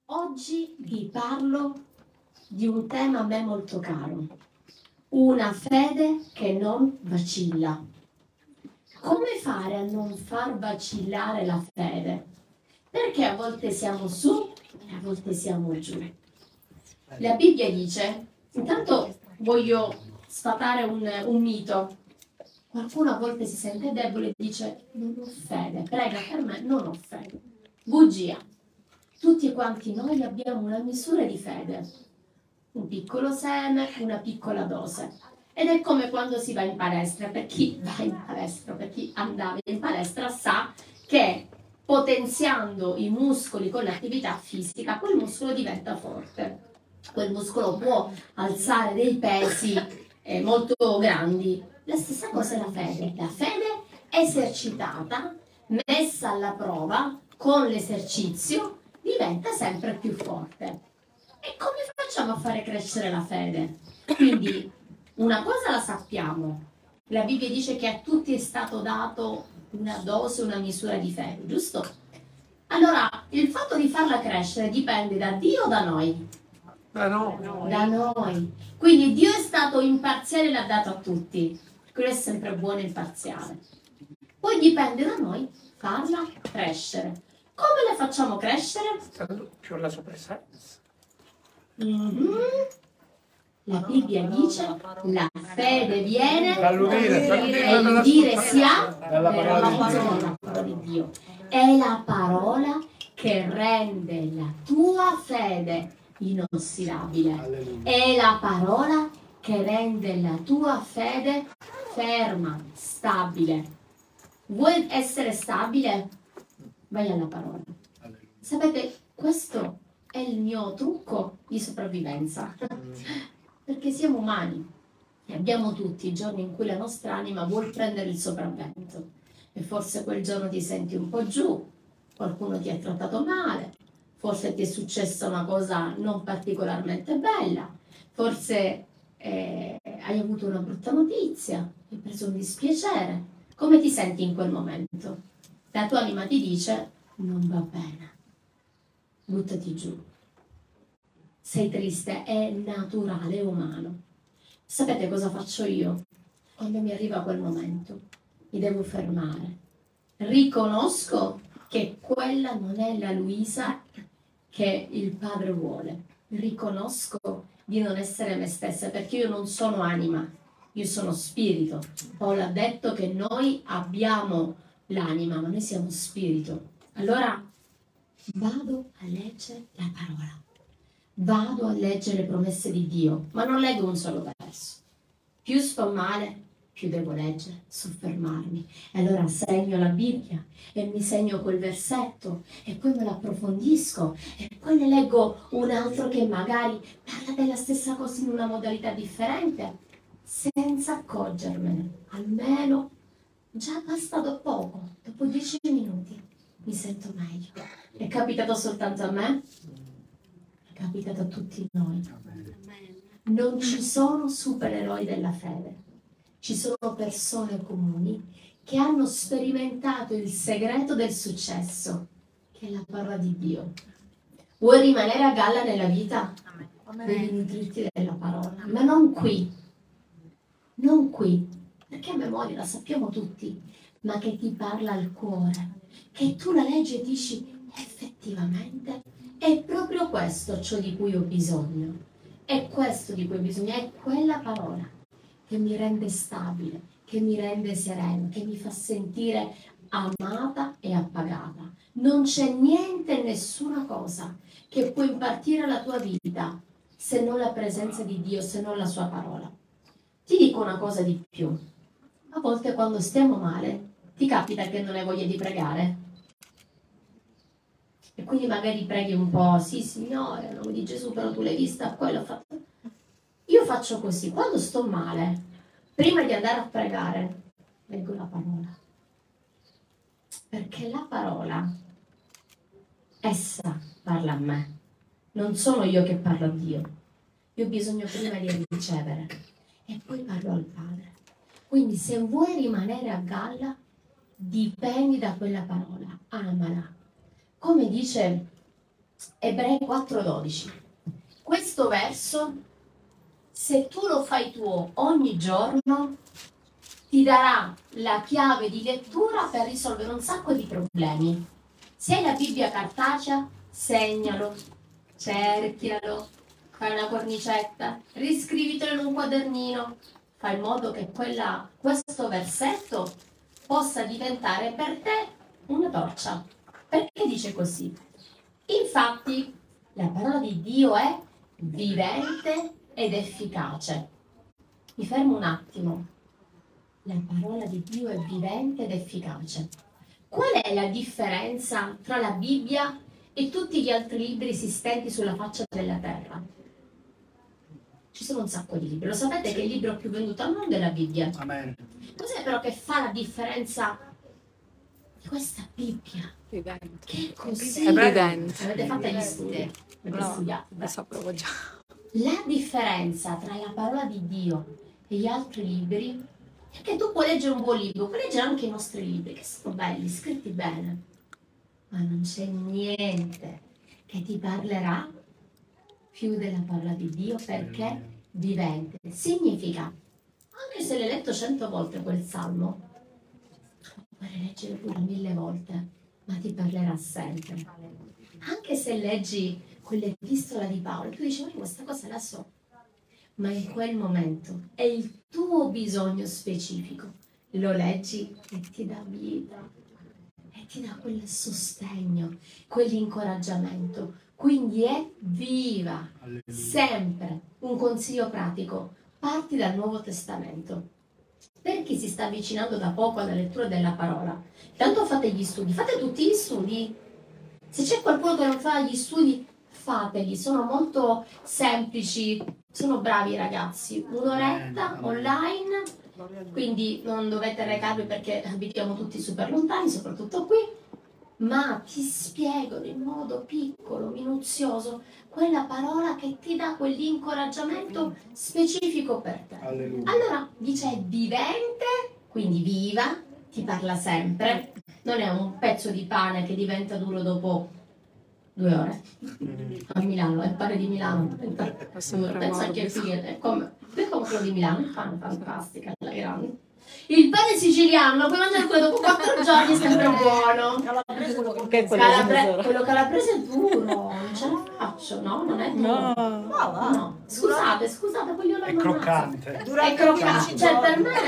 Oggi vi parlo di un tema a me molto caro, una fede che non vacilla. Come fare a non far vacillare la fede? Perché a volte siamo su e a volte siamo giù. La Bibbia dice, intanto voglio sfatare un mito. Qualcuno a volte si sente debole e dice non ho fede, prega per me, non ho fede. Bugia. Tutti quanti noi abbiamo una misura di fede, un piccolo seme, una piccola dose. Ed è come quando si va in palestra, per chi va in palestra, per chi andava in palestra sa che potenziando i muscoli con l'attività fisica, quel muscolo diventa forte. Quel muscolo può alzare dei pesi molto grandi. La stessa cosa è la fede. La fede esercitata, messa alla prova con l'esercizio, diventa sempre più forte. E come facciamo a fare crescere la fede? Quindi una cosa la sappiamo, la Bibbia dice che a tutti è stato dato una dose, una misura di fede, giusto? Allora, il fatto di farla crescere dipende da Dio o da noi? Da noi. Quindi Dio è stato imparziale e l'ha dato a tutti. Quello è sempre buono e imparziale. Poi dipende da noi farla crescere. Come le facciamo crescere? Più la sua presenza. La Bibbia dice la fede viene dall'udire, l'udire si ha dalla parola di Dio. È la parola che rende la tua fede inossidabile. È la parola che rende la tua fede ferma, stabile. Vuoi essere stabile? Vai alla parola. Sapete, questo è il mio trucco di sopravvivenza. Perché siamo umani e abbiamo tutti i giorni in cui la nostra anima vuol prendere il sopravvento. E forse quel giorno ti senti un po' giù, qualcuno ti ha trattato male, forse ti è successa una cosa non particolarmente bella, forse hai avuto una brutta notizia, hai preso un dispiacere. Come ti senti in quel momento? La tua anima ti dice non va bene, buttati giù. Sei triste, è naturale, è umano. Sapete cosa faccio io? Quando mi arriva quel momento, mi devo fermare. Riconosco che quella non è la Luisa che il padre vuole. Riconosco di non essere me stessa, perché io non sono anima, io sono spirito. Paolo ha detto che noi abbiamo l'anima, ma noi siamo spirito. Allora vado a leggere la parola. Vado a leggere le promesse di Dio, ma non leggo un solo verso. Più sto male, più devo leggere, soffermarmi. E allora segno la Bibbia e mi segno quel versetto e poi me lo approfondisco e poi ne leggo un altro che magari parla della stessa cosa in una modalità differente, senza accorgermene. Almeno già bastato poco, dopo 10 minuti mi sento meglio. È capitato soltanto a me? È capitato a tutti noi. Non ci sono supereroi della fede, ci sono persone comuni che hanno sperimentato il segreto del successo, che è la parola di Dio. Vuoi rimanere a galla nella vita? Devi nutrirti della parola, ma non qui, perché a memoria la sappiamo tutti, ma che ti parla al cuore, che tu la leggi e dici effettivamente è proprio questo ciò di cui ho bisogno. È questo di cui ho bisogno, è quella parola che mi rende stabile, che mi rende sereno, che mi fa sentire amata e appagata. Non c'è niente, nessuna cosa che può impartire alla tua vita se non la presenza di Dio, se non la sua parola. Ti dico una cosa di più. A volte quando stiamo male, ti capita che non hai voglia di pregare? E quindi magari preghi un po', sì Signore, nel nome di Gesù, però tu l'hai vista, quello ho fatto. Io faccio così, quando sto male, prima di andare a pregare, leggo la parola. Perché la parola, essa parla a me. Non sono io che parlo a Dio. Io ho bisogno prima di ricevere e poi parlo al Padre. Quindi se vuoi rimanere a galla, dipendi da quella parola, amala. Come dice Ebrei 4:12. Questo verso, se tu lo fai tuo ogni giorno, ti darà la chiave di lettura per risolvere un sacco di problemi. Se hai la Bibbia cartacea, segnalo, cerchialo, fai una cornicetta, riscrivitelo in un quadernino, fai in modo che questo versetto possa diventare per te una torcia. Perché dice così? Infatti, la parola di Dio è vivente ed efficace. Mi fermo un attimo. La parola di Dio è vivente ed efficace. Qual è la differenza tra la Bibbia e tutti gli altri libri esistenti sulla faccia della terra? Ci sono un sacco di libri. Lo sapete che il libro più venduto al mondo è la Bibbia. Amen. Cos'è però che fa la differenza di questa Bibbia? Vivente. Che così? È vivente. Avete fatto gli studi? Avete No, studiato? lo sapevo già. La differenza tra la parola di Dio e gli altri libri è che tu puoi leggere un buon libro, puoi leggere anche i nostri libri, che sono belli, scritti bene, ma non c'è niente che ti parlerà più della parola di Dio, perché è vivente. Significa, anche se l'hai letto 100 volte quel salmo, puoi leggere pure 1000 volte, ma ti parlerà sempre. Anche se leggi quell'epistola di Paolo, tu dici, ma questa cosa la so, ma in quel momento è il tuo bisogno specifico, lo leggi e ti dà vita, e ti dà quel sostegno, quell'incoraggiamento, quindi è viva, sempre. Un consiglio pratico, parti dal Nuovo Testamento. Per chi si sta avvicinando da poco alla lettura della parola, tanto fate gli studi, fate tutti gli studi. Se c'è qualcuno che non fa gli studi, fateli, sono molto semplici, sono bravi i ragazzi. Un'oretta online, quindi non dovete recarvi perché abitiamo tutti super lontani, soprattutto qui, ma ti spiegano in modo piccolo, minuzioso, quella parola che ti dà quell'incoraggiamento specifico per te. Alleluia. Allora, dice è vivente, quindi viva, ti parla sempre, non è un pezzo di pane che diventa duro dopo 2 ore. A Milano, è il pane di Milano. Penso anche qui è come quello di Milano, il pane fantastica, la grande. Il pane siciliano, puoi mangiare quello dopo 4 giorni, è sempre buono. Quello calabrese è duro, non ce la faccio, no? Non è duro. No. Scusate, voglio la È croccante. È croccante, cioè per me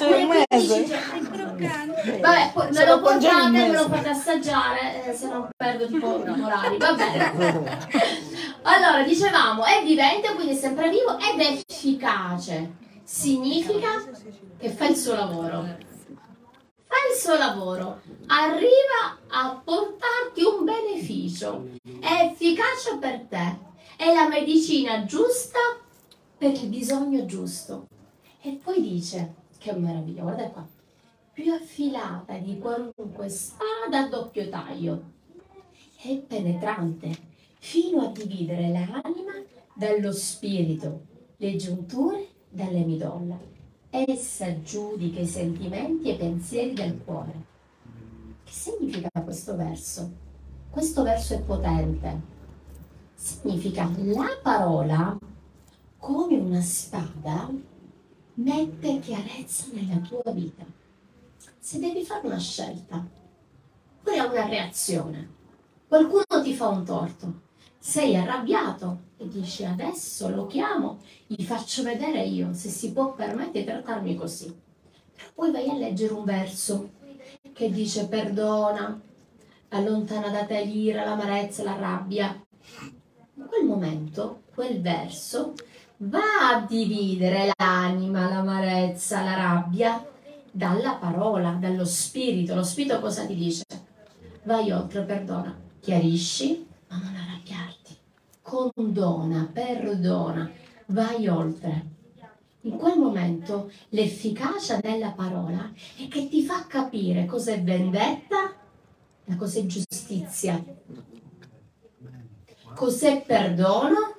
è croccante. Vabbè, poi me lo portate, me lo fate assaggiare, se non perdo tipo i morali, va bene. Allora, dicevamo, è vivente, quindi è sempre vivo ed è efficace. Significa che fa il suo lavoro. Fa il suo lavoro, arriva a portarti un beneficio, è efficace per te, è la medicina giusta per il bisogno giusto. E poi dice, che meraviglia, guarda qua, più affilata di qualunque spada a doppio taglio, è penetrante, fino a dividere l'anima dallo spirito, le giunture dalle midolla. Essa giudica i sentimenti e i pensieri del cuore. Che significa questo verso? Questo verso è potente. Significa la parola, come una spada, mette chiarezza nella tua vita. Se devi fare una scelta, oppure una reazione, qualcuno ti fa un torto, sei arrabbiato e dici adesso lo chiamo, gli faccio vedere io se si può permettere di trattarmi così. Però poi vai a leggere un verso che dice perdona, allontana da te l'ira, l'amarezza, la rabbia. In quel momento, quel verso va a dividere l'anima, l'amarezza, la rabbia dalla parola, dallo spirito. Lo spirito cosa ti dice? Vai oltre, perdona, chiarisci, ma non arrabbiarti, condona, perdona, vai oltre. In quel momento l'efficacia della parola è che ti fa capire cos'è vendetta da cos'è giustizia, cos'è perdono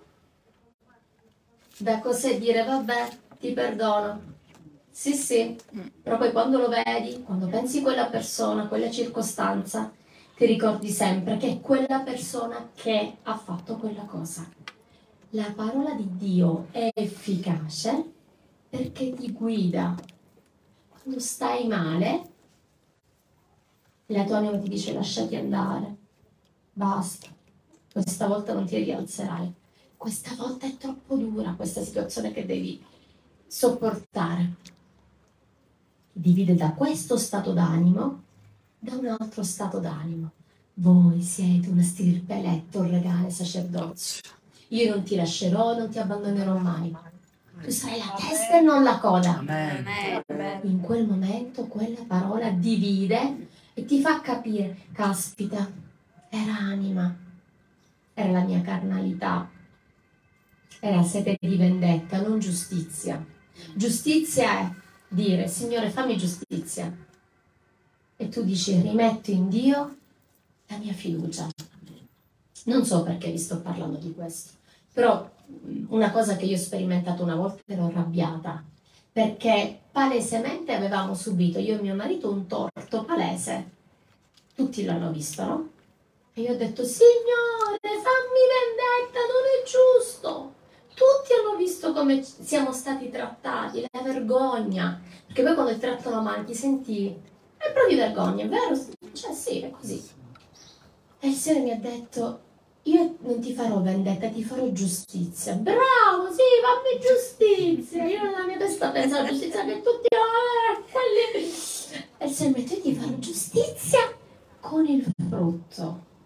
da cos'è dire vabbè ti perdono. Sì, però poi quando lo vedi, quando pensi a quella persona, a quella circostanza, ti ricordi sempre che è quella persona che ha fatto quella cosa. La parola di Dio è efficace perché ti guida. Quando stai male, la tua anima ti dice lasciati andare, basta, questa volta non ti rialzerai, questa volta è troppo dura questa situazione che devi sopportare. Divide da questo stato d'animo da un altro stato d'animo. Voi siete una stirpe eletto, un regale sacerdozio. Io non ti lascerò, non ti abbandonerò mai. Tu sarai la testa e non la coda. Amen. In quel momento quella parola divide e ti fa capire, caspita, era anima, era la mia carnalità, era sete di vendetta, non giustizia. Giustizia è dire, Signore, fammi giustizia. E tu dici, rimetto in Dio la mia fiducia. Non so perché vi sto parlando di questo, però una cosa che io ho sperimentato una volta, ero arrabbiata, perché palesemente avevamo subito, io e mio marito, un torto palese. Tutti l'hanno visto, no? E io ho detto, Signore, fammi vendetta, non è giusto. Tutti hanno visto come siamo stati trattati, la vergogna. Perché poi quando ti trattano male ti senti, e provi vergogna, è vero? Cioè sì, è così. E il Signore mi ha detto, io non ti farò vendetta, ti farò giustizia. Bravo, sì, fammi giustizia. Io nella mia testa pensavo alla giustizia che tutti quelli. E il Signore mi ha detto, io ti farò giustizia con il frutto.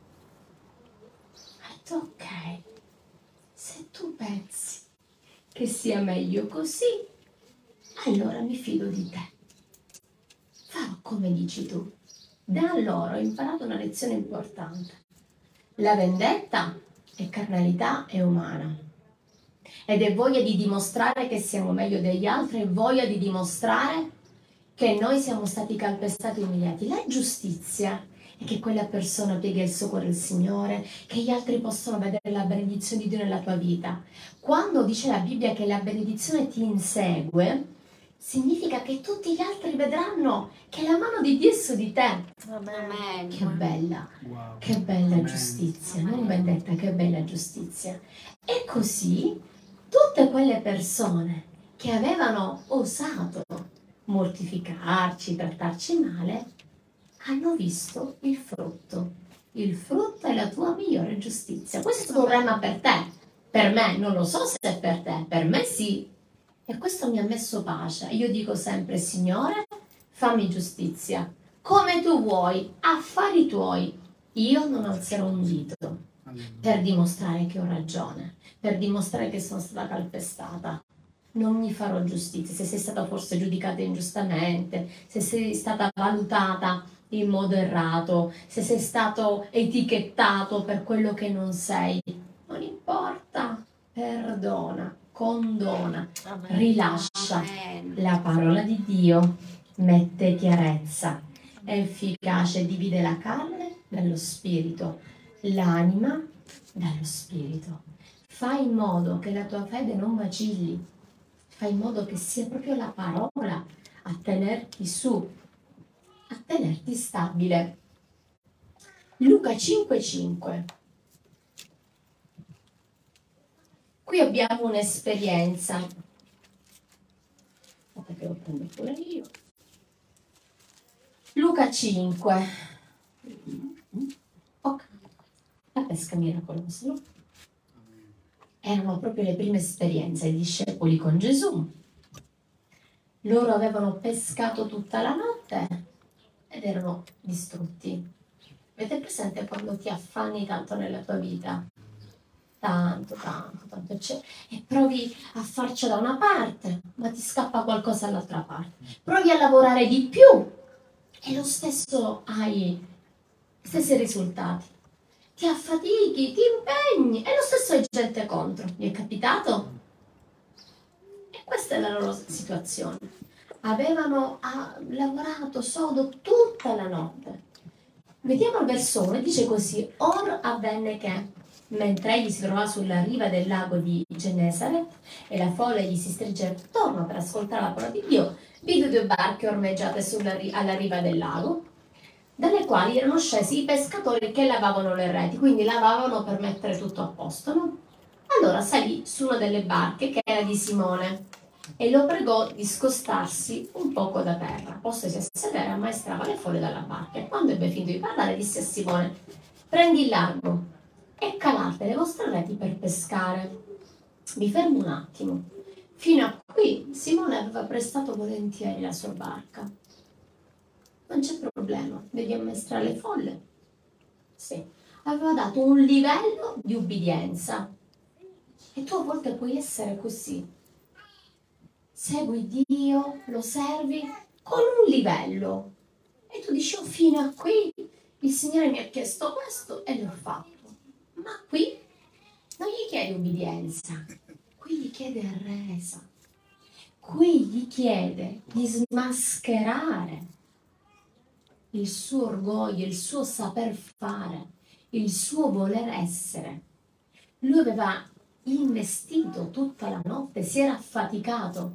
Ho detto, ok, se tu pensi che sia meglio così, allora mi fido di te. Farò come dici tu. Da allora ho imparato una lezione importante. La vendetta è carnalità, è umana. Ed è voglia di dimostrare che siamo meglio degli altri, è voglia di dimostrare che noi siamo stati calpestati e umiliati. La giustizia è che quella persona piega il suo cuore al Signore, che gli altri possono vedere la benedizione di Dio nella tua vita. Quando dice la Bibbia che la benedizione ti insegue, significa che tutti gli altri vedranno che la mano di Dio è su di te. Amen. Che bella, Wow. che bella Amen. giustizia, non vendetta, che bella giustizia. E così tutte quelle persone che avevano osato mortificarci, trattarci male, hanno visto il frutto. Il frutto è la tua migliore giustizia. Questo è stato un rema per te. Per me, non lo so se è per te, per me sì. E questo mi ha messo pace. Io dico sempre, Signore, fammi giustizia. Come tu vuoi, affari tuoi. Io non alzerò un dito per dimostrare che ho ragione, per dimostrare che sono stata calpestata. Non mi farò giustizia. Se sei stata forse giudicata ingiustamente, se sei stata valutata in modo errato, se sei stato etichettato per quello che non sei, non importa, perdona, condona, Amen. rilascia. Amen. La parola di Dio mette chiarezza, è efficace, divide la carne dallo spirito, l'anima dallo spirito. Fai in modo che la tua fede non vacilli, fai in modo che sia proprio la parola a tenerti su, a tenerti stabile. Luca 5,5. Qui abbiamo un'esperienza. Aspetta che lo prendo pure io. Luca 5. Ok. La pesca miracolosa. Erano proprio le prime esperienze dei discepoli con Gesù. Loro avevano pescato tutta la notte ed erano distrutti. Avete presente quando ti affanni tanto nella tua vita? Tanto, e provi a farci da una parte, ma ti scappa qualcosa dall'altra parte. Provi a lavorare di più e lo stesso hai gli stessi risultati. Ti affatichi, ti impegni e lo stesso hai gente contro. Vi è capitato? E questa è la loro situazione. Avevano lavorato sodo tutta la notte. Vediamo il verso 1, dice così: Or avvenne che, mentre egli si trovava sulla riva del lago di Gennesaret e la folla gli si stringeva attorno per ascoltare la parola di Dio, vide due barche ormeggiate alla riva del lago. dalle quali erano scesi i pescatori che lavavano le reti, quindi lavavano per mettere tutto a posto, no? Allora salì su una delle barche che era di Simone e lo pregò di scostarsi un poco da terra. Postosi a sedere, ammaestrava le foglie dalla barca e quando ebbe finito di parlare disse a Simone: prendi il largo e calate le vostre reti per pescare. Mi fermo un attimo. Fino a qui Simone aveva prestato volentieri la sua barca. Non c'è problema, devi ammaestrare le foglie. Sì, aveva dato un livello di ubbidienza. E tu a volte puoi essere così. Segui Dio, lo servi con un livello. E tu dici, oh, fino a qui il Signore mi ha chiesto questo e l'ho fatto. Ma qui non gli chiede ubbidienza, qui gli chiede resa. Qui gli chiede di smascherare il suo orgoglio, il suo saper fare, il suo voler essere. Lui aveva investito tutta la notte, si era affaticato,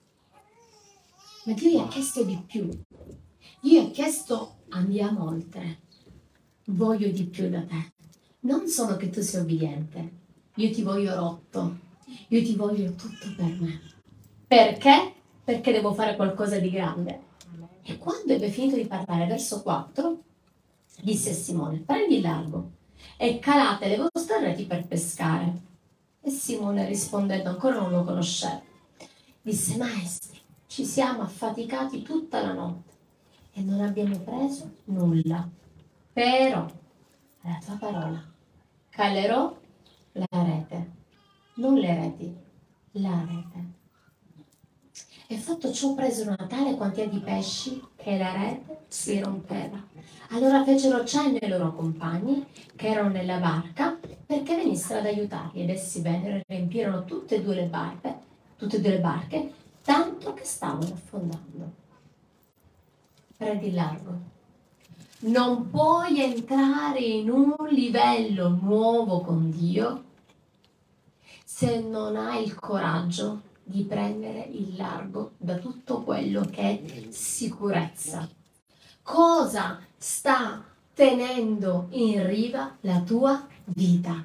ma Dio gli ha chiesto di più. Dio gli ha chiesto: andiamo oltre, voglio di più da te. Non solo che tu sia obbediente, io ti voglio rotto, io ti voglio tutto per me. Perché? Perché devo fare qualcosa di grande. E quando ebbe finito di parlare, verso 4, disse a Simone: prendi il largo e calate le vostre reti per pescare. E Simone, rispondendo, ancora non lo conosceva, disse: maestri, ci siamo affaticati tutta la notte e non abbiamo preso nulla, però alla tua parola calerò la rete, non le reti, la rete. E fatto ciò presero una tale quantità di pesci che la rete si rompeva. Allora fecero cenno ai loro compagni che erano nella barca perché venissero ad aiutarli, ed essi vennero e riempirono tutte e due le barche, tanto che stavano affondando. Prendi il largo. Non puoi entrare in un livello nuovo con Dio se non hai il coraggio di prendere il largo da tutto quello che è sicurezza. Cosa sta tenendo in riva la tua vita?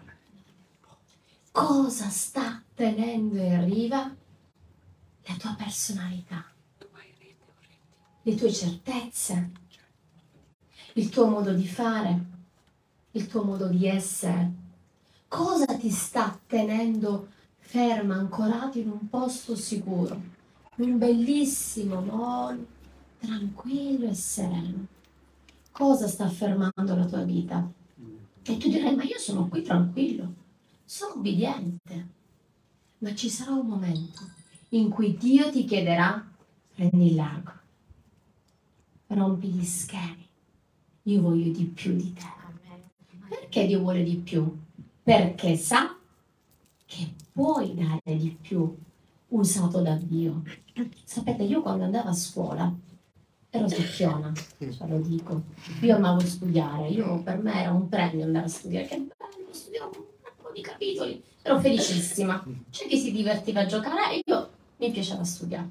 Cosa sta tenendo in riva la tua personalità? Le tue certezze, il tuo modo di fare, il tuo modo di essere. Cosa ti sta tenendo ferma, ancorato in un posto sicuro, in un bellissimo molo, tranquillo e sereno? Cosa sta fermando la tua vita? E tu dirai: ma io sono qui tranquillo, sono obbediente. Ma ci sarà un momento in cui Dio ti chiederà: prendi il largo, rompi gli schemi, io voglio di più di te. Perché Dio vuole di più? Perché sa che puoi dare di più usato da Dio. Sapete, io quando andavo a scuola ero secchiona, ce lo dico. Io amavo studiare, per me era un premio andare a studiare. Che bello, studiavo un po' di capitoli, ero felicissima. C'è chi si divertiva a giocare, io mi piaceva studiare.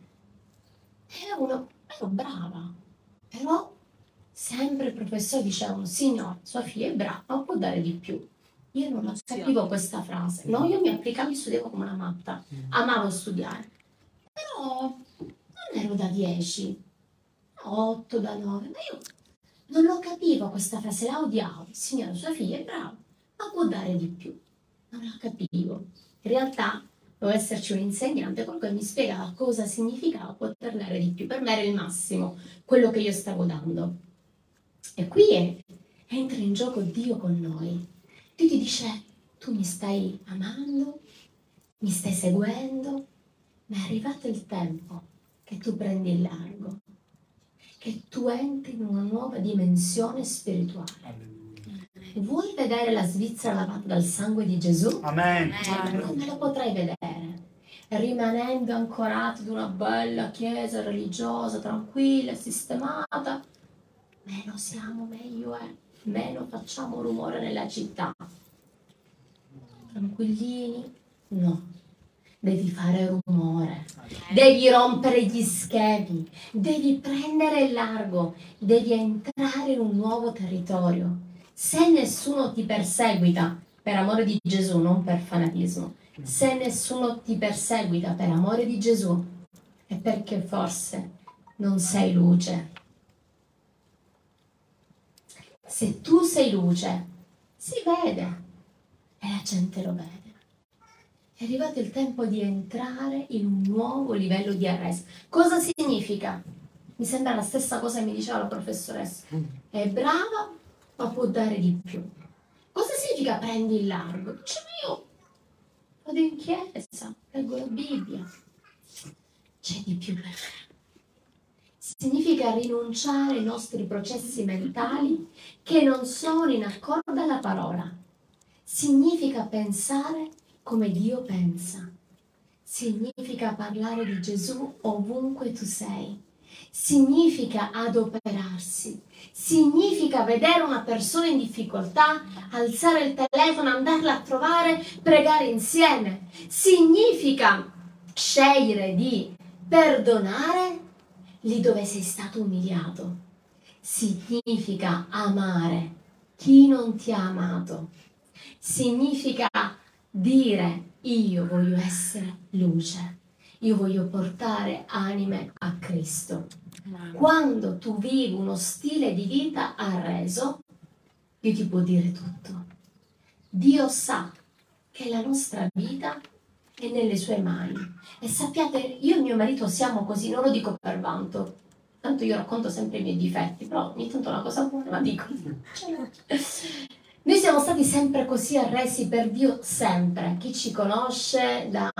Ero brava, però sempre i professori dicevano: signor, sua figlia è brava, ma può dare di più. Io non capivo questa frase. No, io mi applicavo e studiavo come una matta. Amavo studiare. Però non ero da 10, 8, da 9. Ma io non lo capivo questa frase, la odiavo. Signora, sua figlia è brava, ma può dare di più. Non la capivo. In realtà doveva esserci un insegnante, qualcuno mi spiegava cosa significava poter dare di più. Per me era il massimo, quello che io stavo dando. E qui entra in gioco Dio con noi. Dio ti dice: tu mi stai amando, mi stai seguendo, ma è arrivato il tempo che tu prendi il largo, che tu entri in una nuova dimensione spirituale. Vuoi vedere la Svizzera lavata dal sangue di Gesù? Amen. Come lo potrai vedere? Rimanendo ancorato ad una bella chiesa religiosa, tranquilla, sistemata. Meno siamo, meglio è. Meno facciamo rumore nella città. Tranquillini? No. devi fare rumore, devi rompere gli schemi, devi prendere il largo, devi entrare in un nuovo territorio. Se nessuno ti perseguita per amore di Gesù, non per fanatismo, se nessuno ti perseguita per amore di Gesù, è perché forse non sei luce. Se tu sei luce, si vede e la gente lo vede. È arrivato il tempo di entrare in un nuovo livello di arresto. Cosa significa? Mi sembra la stessa cosa che mi diceva la professoressa. È brava, ma può dare di più. Cosa significa prendi il largo? Dice, io vado in chiesa, leggo la Bibbia. C'è di più per me. Significa rinunciare ai nostri processi mentali che non sono in accordo alla parola. Significa pensare come Dio pensa. Significa parlare di Gesù ovunque tu sei. Significa adoperarsi. Significa vedere una persona in difficoltà, alzare il telefono, andarla a trovare, pregare insieme. Significa scegliere di perdonare lì dove sei stato umiliato. Significa amare chi non ti ha amato. Significa dire io voglio essere luce, io voglio portare anime a Cristo. Quando tu vivi uno stile di vita arreso, Dio ti può dire tutto. Dio sa che la nostra vita è nelle sue mani. E sappiate, io e mio marito siamo così, non lo dico per vanto, tanto io racconto sempre i miei difetti, però ogni tanto una cosa buona la dico. Noi siamo stati sempre così arresi per Dio, sempre. Chi ci conosce da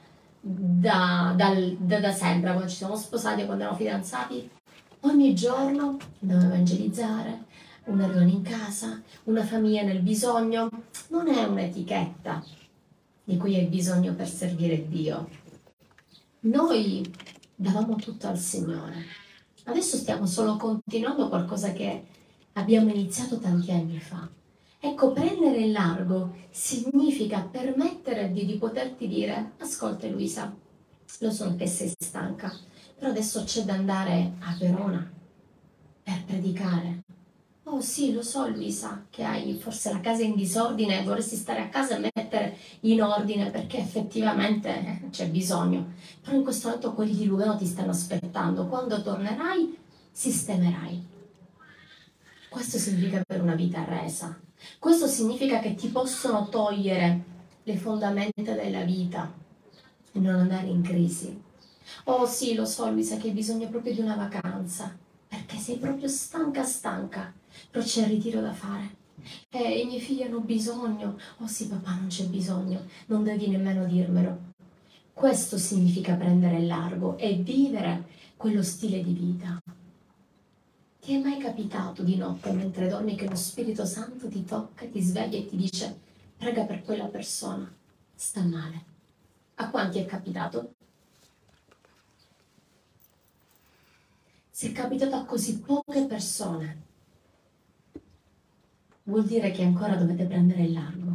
sempre, quando ci siamo sposati, quando eravamo fidanzati, ogni giorno dobbiamo evangelizzare, una riunione in casa, una famiglia nel bisogno. Non è un'etichetta di cui hai bisogno per servire Dio. Noi davamo tutto al Signore. Adesso stiamo solo continuando qualcosa che abbiamo iniziato tanti anni fa. Ecco, prendere il largo significa permettere a Dio di poterti dire: ascolta Luisa, lo so che sei stanca, però adesso c'è da andare a Verona per predicare. Oh sì, lo so Luisa, che hai forse la casa in disordine e vorresti stare a casa e mettere in ordine perché effettivamente c'è bisogno. Però in questo momento quelli di Lugano ti stanno aspettando. Quando tornerai, sistemerai. Questo significa avere una vita resa. Questo significa che ti possono togliere le fondamenta della vita e non andare in crisi. Oh sì, lo so Luisa che hai bisogno proprio di una vacanza, perché sei proprio stanca, però c'è il ritiro da fare. I miei figli hanno bisogno. Oh sì papà, non c'è bisogno, non devi nemmeno dirmelo. Questo significa prendere il largo e vivere quello stile di vita. Ti è mai capitato di notte mentre dormi che lo Spirito Santo ti tocca, ti sveglia e ti dice: prega per quella persona, sta male? A quanti è capitato? Se è capitato a così poche persone, vuol dire che ancora dovete prendere il largo.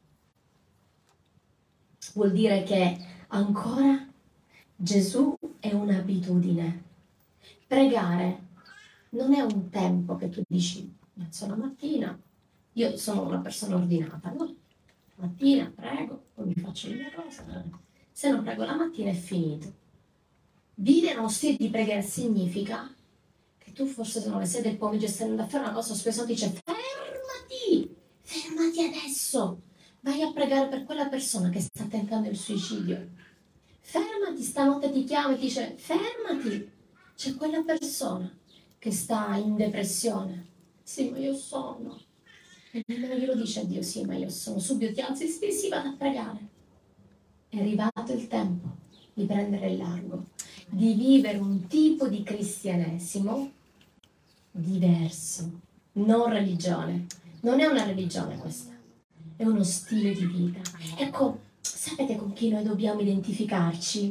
Vuol dire che ancora Gesù è un'abitudine. Pregare non è un tempo che tu dici: alzo la mattina, io sono una persona ordinata, no? La mattina prego, poi mi faccio le mie cose. Se non prego la mattina è finito. Vivere uno stile di preghiera significa che tu forse sono le 6 del pomeriggio e stai andando a fare una cosa, spesso ti dice: fermati adesso, vai a pregare per quella persona che sta tentando il suicidio. Fermati, stanotte ti chiama e ti dice: fermati, c'è quella persona che sta in depressione. Sì, ma io sono. E nemmeno glielo dice a Dio: sì, ma io sono. Subito ti alzi, sì, vado a pregare. È arrivato il tempo di prendere il largo, di vivere un tipo di cristianesimo diverso, non religione. Non è una religione questa, è uno stile di vita. Ecco, sapete con chi noi dobbiamo identificarci?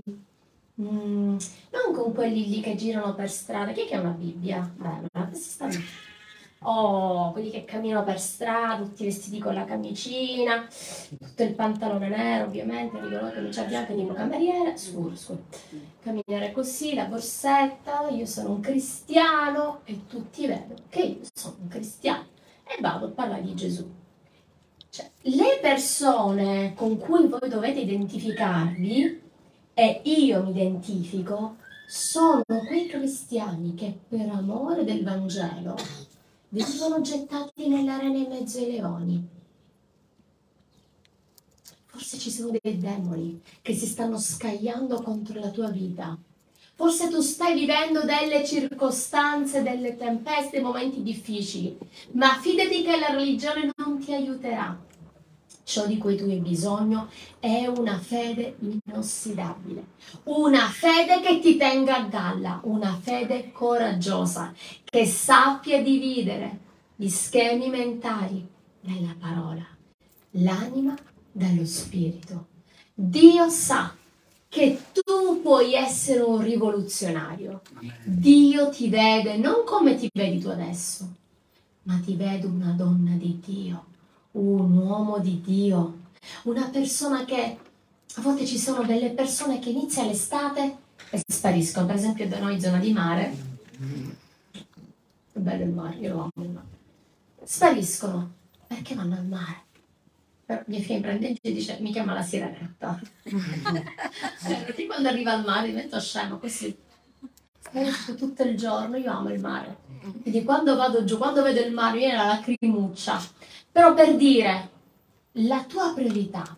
Non con quelli lì che girano per strada. Chi è che ha una Bibbia? Beh, questa sta lì. o quelli che camminano per strada, tutti vestiti con la camicina, tutto il pantalone nero ovviamente, ricordo camicia bianca tipo cameriere, camminare così, la borsetta, io sono un cristiano e tutti vedono che io sono un cristiano e vado a parlare di Gesù. Cioè, le persone con cui voi dovete identificarvi, e io mi identifico, sono quei cristiani che per amore del Vangelo vengono gettati nell'arena in mezzo ai leoni. Forse ci sono dei demoni che si stanno scagliando contro la tua vita. Forse tu stai vivendo delle circostanze, delle tempeste, momenti difficili, ma fidati che la religione non ti aiuterà. Ciò di cui tu hai bisogno è una fede inossidabile, una fede che ti tenga a galla, una fede coraggiosa, che sappia dividere gli schemi mentali della parola, l'anima dallo spirito. Dio sa che tu puoi essere un rivoluzionario. Dio ti vede non come ti vedi tu adesso, ma ti vede una donna di Dio, un uomo di Dio, una persona che, a volte ci sono delle persone che inizia l'estate e spariscono. Per esempio da noi zona di mare, è bello il mare, io lo amo il mare, spariscono perché vanno al mare. Mia figlia in prende e dice, mi chiama la sirenetta. Perché quando arriva al mare divento scemo così. Sparisco tutto il giorno, io amo il mare. Quindi quando vado giù, quando vedo il mare, viene la lacrimuccia. Però per dire, la tua priorità,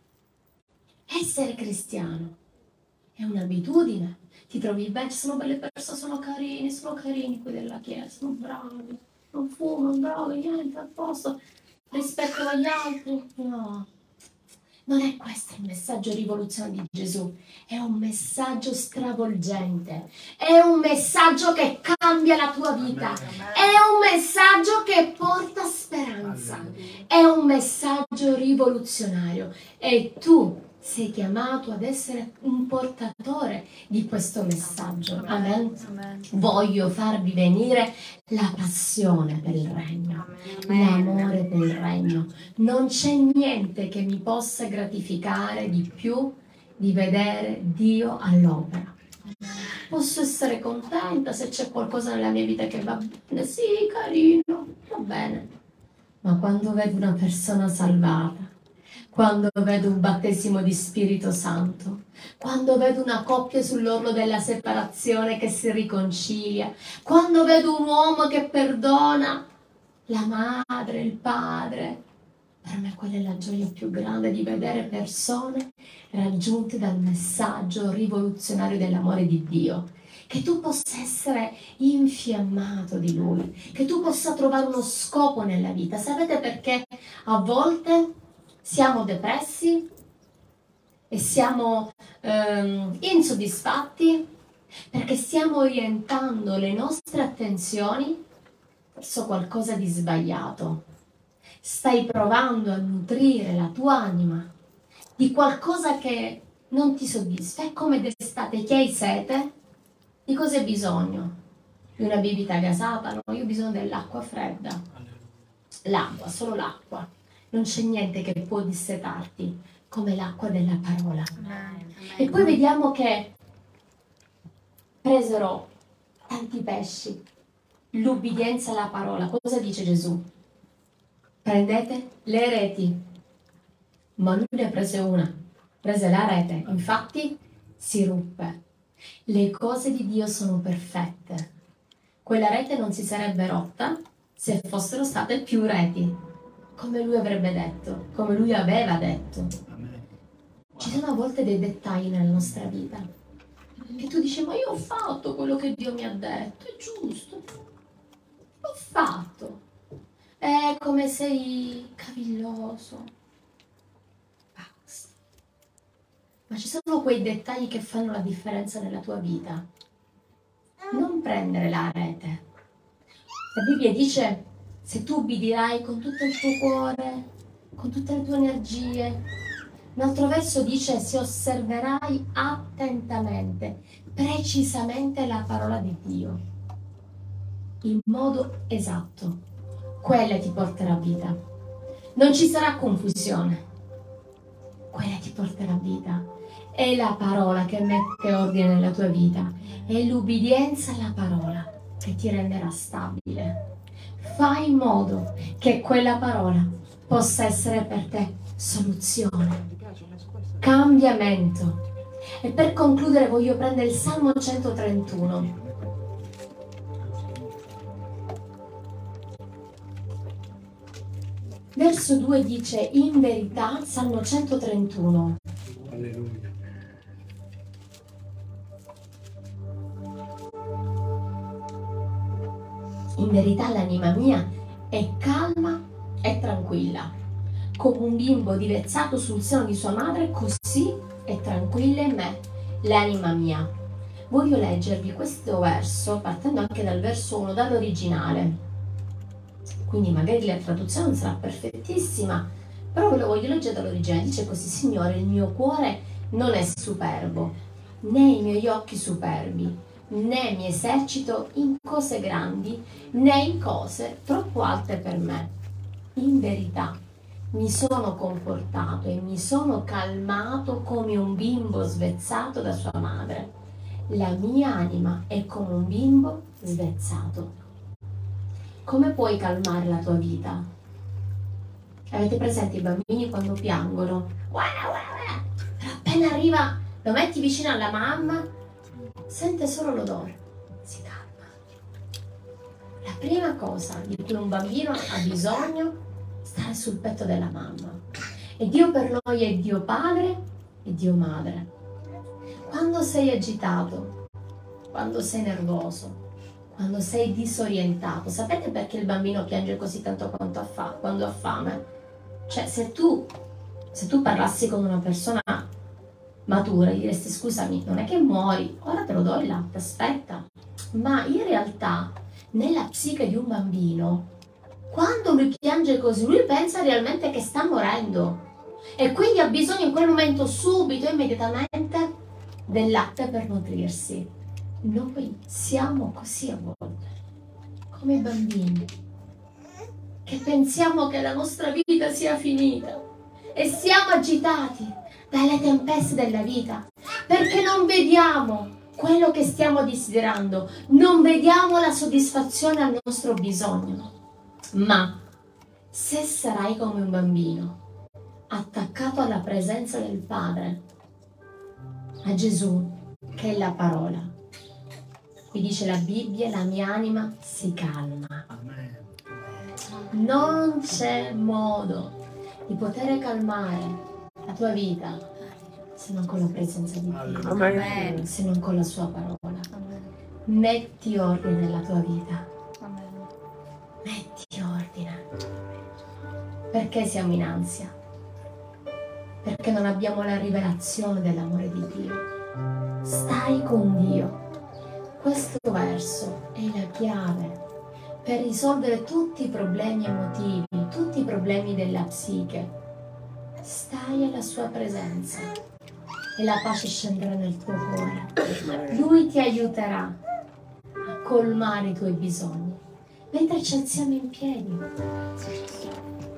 essere cristiano, è un'abitudine. Ti trovi bene, sono belle persone, sono carini quelli della chiesa, sono bravi, non fumano, non drogano, niente, a posto. Rispetto agli altri, no. Non è questo il messaggio rivoluzionario di Gesù, è un messaggio stravolgente, è un messaggio che cambia la tua vita, è un messaggio che porta speranza, è un messaggio rivoluzionario e tu sei chiamato ad essere un portatore di questo messaggio. Amen. Voglio farvi venire la passione per il regno, l'amore per il regno. Non c'è niente che mi possa gratificare di più di vedere Dio all'opera. Posso essere contenta se c'è qualcosa nella mia vita che va bene, sì, carino, va bene. Ma quando vedo una persona salvata, quando vedo un battesimo di Spirito Santo, quando vedo una coppia sull'orlo della separazione che si riconcilia, quando vedo un uomo che perdona la madre, il padre, per me quella è la gioia più grande, di vedere persone raggiunte dal messaggio rivoluzionario dell'amore di Dio. Che tu possa essere infiammato di Lui, che tu possa trovare uno scopo nella vita. Sapete perché a volte siamo depressi e siamo insoddisfatti? Perché stiamo orientando le nostre attenzioni verso qualcosa di sbagliato. Stai provando a nutrire la tua anima di qualcosa che non ti soddisfa. È come d'estate che hai sete. Di cosa hai bisogno? Di una bibita gasata? No, io ho bisogno dell'acqua fredda. L'acqua, solo l'acqua. Non c'è niente che può dissetarti come l'acqua della parola. E poi vediamo che presero tanti pesci. L'ubbidienza alla parola. Cosa dice Gesù? Prendete le reti. Ma lui ne prese una. Prese la rete. Infatti si ruppe. Le cose di Dio sono perfette. Quella rete non si sarebbe rotta se fossero state più reti, come lui avrebbe detto, come lui aveva detto. Ci sono a volte dei dettagli nella nostra vita che tu dici, ma io ho fatto quello che Dio mi ha detto, è giusto, l'ho fatto. È come sei cavilloso. Basta. Ma ci sono quei dettagli che fanno la differenza nella tua vita. Non prendere la rete. La Bibbia dice, se tu ubbidirai con tutto il tuo cuore, con tutte le tue energie. Un altro verso dice, se osserverai attentamente, precisamente la parola di Dio, in modo esatto. quella ti porterà vita. Non ci sarà confusione, quella ti porterà vita. È la parola che mette ordine nella tua vita, è l'ubbidienza alla parola che ti renderà stabile. Fai in modo che quella parola possa essere per te soluzione, cambiamento. E per concludere voglio prendere il Salmo 131. Verso 2 dice: in verità, Salmo 131. Alleluia. In verità l'anima mia è calma e tranquilla, come un bimbo divezzato sul seno di sua madre, così è tranquilla in me l'anima mia. Voglio leggervi questo verso partendo anche dal verso 1, dall'originale. Quindi magari la traduzione non sarà perfettissima, però ve lo voglio leggere dall'originale. Dice così: Signore, il mio cuore non è superbo, né i miei occhi superbi, né mi esercito in cose grandi, né in cose troppo alte per me. In verità mi sono comportato e mi sono calmato come un bimbo svezzato da sua madre. La mia anima è come un bimbo svezzato. Come puoi calmare la tua vita? Avete presente i bambini quando piangono? Però appena arriva, lo metti vicino alla mamma, sente solo l'odore, si calma. La prima cosa di cui un bambino ha bisogno è stare sul petto della mamma. E Dio per noi è Dio Padre e Dio Madre. Quando sei agitato, quando sei nervoso, quando sei disorientato, sapete perché il bambino piange così tanto quando ha fame? Cioè, se tu parlassi con una persona matura, gli diresti: scusami, non è che muori, ora te lo do il latte, aspetta. Ma in realtà, nella psiche di un bambino, quando lui piange così, lui pensa realmente che sta morendo. E quindi ha bisogno in quel momento, subito, immediatamente, del latte per nutrirsi. Noi siamo così a volte, come i bambini, che pensiamo che la nostra vita sia finita e siamo agitati dalle tempeste della vita perché non vediamo quello che stiamo desiderando, non vediamo la soddisfazione al nostro bisogno. Ma se sarai come un bambino attaccato alla presenza del Padre, a Gesù che è la parola, qui dice la Bibbia, la mia anima si calma. Amen. Non c'è modo di poter calmare la tua vita se non con la presenza di Dio, Amen. se non con la sua parola. Metti ordine nella tua vita. Metti ordine. Perché siamo in ansia? Perché non abbiamo la rivelazione dell'amore di Dio. Stai con Dio. Questo verso è la chiave per risolvere tutti i problemi emotivi, tutti i problemi della psiche. Stai alla sua presenza e la pace scenderà nel tuo cuore. Lui ti aiuterà a colmare i tuoi bisogni. Mentre ci alziamo in piedi,